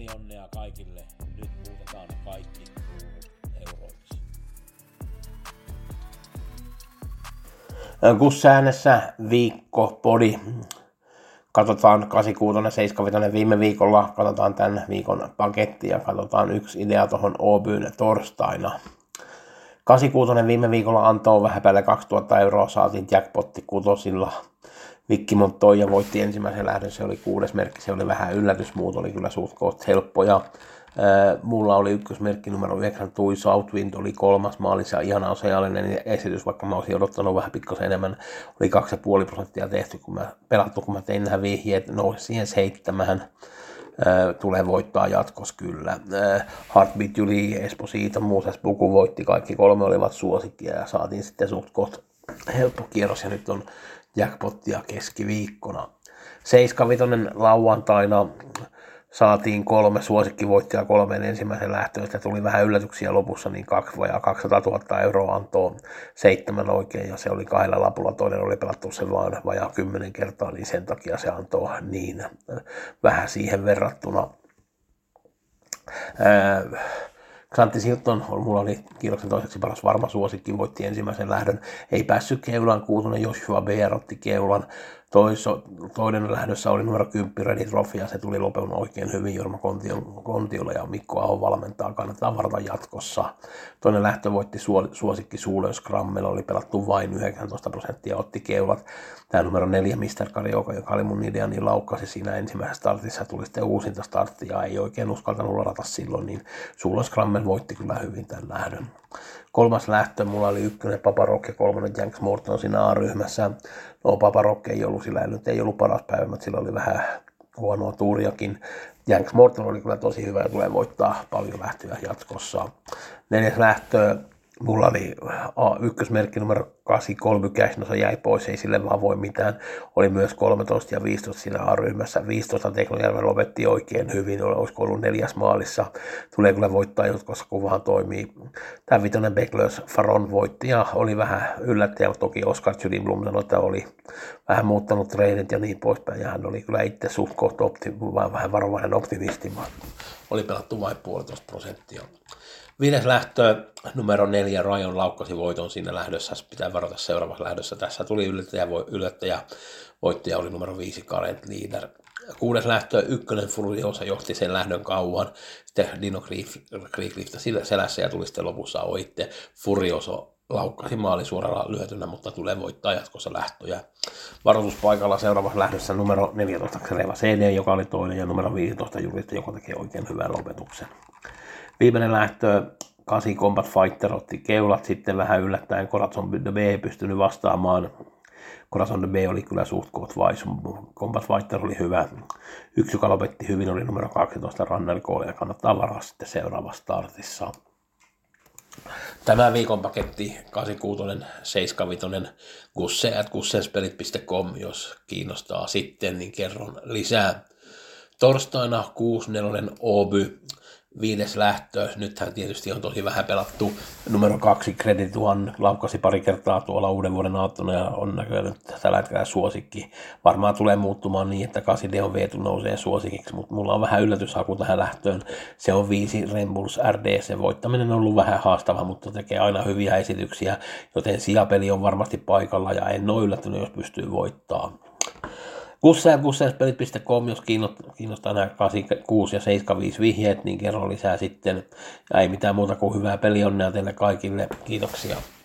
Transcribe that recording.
Pelionnea kaikille. Nyt muutetaan kaikki kruunut euroiksi. Kussäännessä viikkopodi. Katsotaan 86, 75 viime viikolla, katsotaan tämän viikon paketti ja katsotaan yksi idea tuohon Obyyn torstaina. 86 viime viikolla antoi vähän päälle 2000 €, saatiin jackpotti kutosilla. Vikki monttoi ja voitti ensimmäisen lähdön, se oli 6. merkki, se oli vähän yllätys, muut oli kyllä suht koht helppoja. Mulla oli ykkösmerkki numero 9, Tui Southwind, oli 3. maalissa, ihan oseallinen esitys, vaikka mä olisin odottanut vähän pikkasen enemmän, oli 2,5% tehty, kun mä tein nämä vihjeet, nousi siihen 7. Tulee voittaa jatkos kyllä. Heartbeat Julie, Esposito, Muses Puku voitti, kaikki 3 olivat suosikkia ja saatiin sitten suht koht helppo kierros ja nyt on jackpottia keskiviikkona. 75 lauantaina saatiin 3 suosikkivoittajaa 3 ensimmäisen lähtöön. Sitä tuli vähän yllätyksiä lopussa, niin 200 000 € antoi 7 oikein ja se oli 2 lapulla. Toinen oli pelattu sen vaan vajaa 10 kertaa, niin sen takia se antoi niin vähän siihen verrattuna. Xanthi Silton, mulla oli kierroksen toiseksi paras varma suosikki, voitti ensimmäisen lähdön, ei päässyt keulaan, 6. Joshua Beer otti keulan, toinen lähdössä oli numero 10 Ready Trophy ja se tuli lopun oikein hyvin Jorma Kontiola ja Mikko Aho valmentaa, kannattaa varata jatkossa. Toinen lähtö voitti suosikki Suulön Scrammel, oli pelattu vain 19%, otti keulat. Tämä numero 4 Mr. Karioka, joka oli mun idea, niin laukkasi siinä ensimmäisessä startissa, tuli sitten uusinta startti ja ei oikein uskaltanut ladata silloin, niin Suulön Scrammel voitti kyllä hyvin tämän lähdön. 3. lähtö, mulla oli 1. Paparock ja 3. Janks Morton siinä A-ryhmässä. No Paparock ei ollut, sillä ei ollut paras päivä, mutta sillä oli vähän huonoa tuuriakin. Janks Morton oli kyllä tosi hyvä ja tulee voittaa paljon lähtöjä jatkossa. 4. lähtö, mulla oli ykkösmerkki numero 83 Cash, no se jäi pois, ei sille vaan voi mitään. Oli myös 13 ja 15 siinä A-ryhmässä. 15 Teknojärvi lopetti oikein hyvin, olisiko ollut 4. maalissa. Tulee kyllä voittaa jatkossa, kun vaan toimii. Tämä 5. Becklers Faron voitti ja oli vähän yllättäjä, toki Oskar Tjudinblom sanoi, että oli vähän muuttanut treenit ja niin poispäin. Ja hän oli kyllä itse suht koht vähän varovainen optimisti, vaan oli pelattu vain 1,5%. 5. lähtö, numero 4, Rajon laukkasi voiton siinä lähdössä, pitää varata seuraavassa lähdössä. Tässä tuli yllättäjä, voittaja oli numero 5, Current Leader. 6. lähtö, 1. Furiosa johti sen lähdön kauan, sitten Dino Creeklift sillä selässä ja tuli sitten lopussa ohitte. Furioso laukkasi maali suoralla lyötynä, mutta tulee voittaa jatkossa lähtöjä. Varoituspaikalla seuraavassa lähdössä numero 14, Xereva CD, joka oli toinen, ja numero 15, Jurista, joka teki oikein hyvän lopetuksen. Viimeinen lähtö, 8 Combat Fighter otti keulat, sitten vähän yllättäen Corazon de B ei pystynyt vastaamaan. Corazon de B oli kyllä suht koht vaisu, Combat Fighter oli hyvä. Yksi, joka lopetti hyvin, oli numero 12 Runner Call ja kannattaa varaa sitten seuraavassa startissa. Tämä viikon paketti 86, 75, gusse@gussenspelit.com, jos kiinnostaa sitten, niin kerron lisää. Torstaina 64 Oby. 5. lähtö, nythän tietysti on tosi vähän pelattu. Numero 2 Credit One laukkasi pari kertaa tuolla uuden vuoden aattona ja on näköjään nyt tällä hetkellä suosikki. Varmaan tulee muuttumaan niin, että 8 Deon Veetu nousee suosikiksi, mutta mulla on vähän yllätyshaku tähän lähtöön. Se on 5 Rainbows RD, se voittaminen on ollut vähän haastava, mutta tekee aina hyviä esityksiä, joten sijapeli on varmasti paikalla ja en ole yllättynyt, jos pystyy voittamaan. Gussenspelit.com, jos kiinnostaa nämä 86 ja 75 vihjeet, niin kerro lisää sitten. Ja ei mitään muuta kuin hyvää pelionnea teille kaikille. Kiitoksia.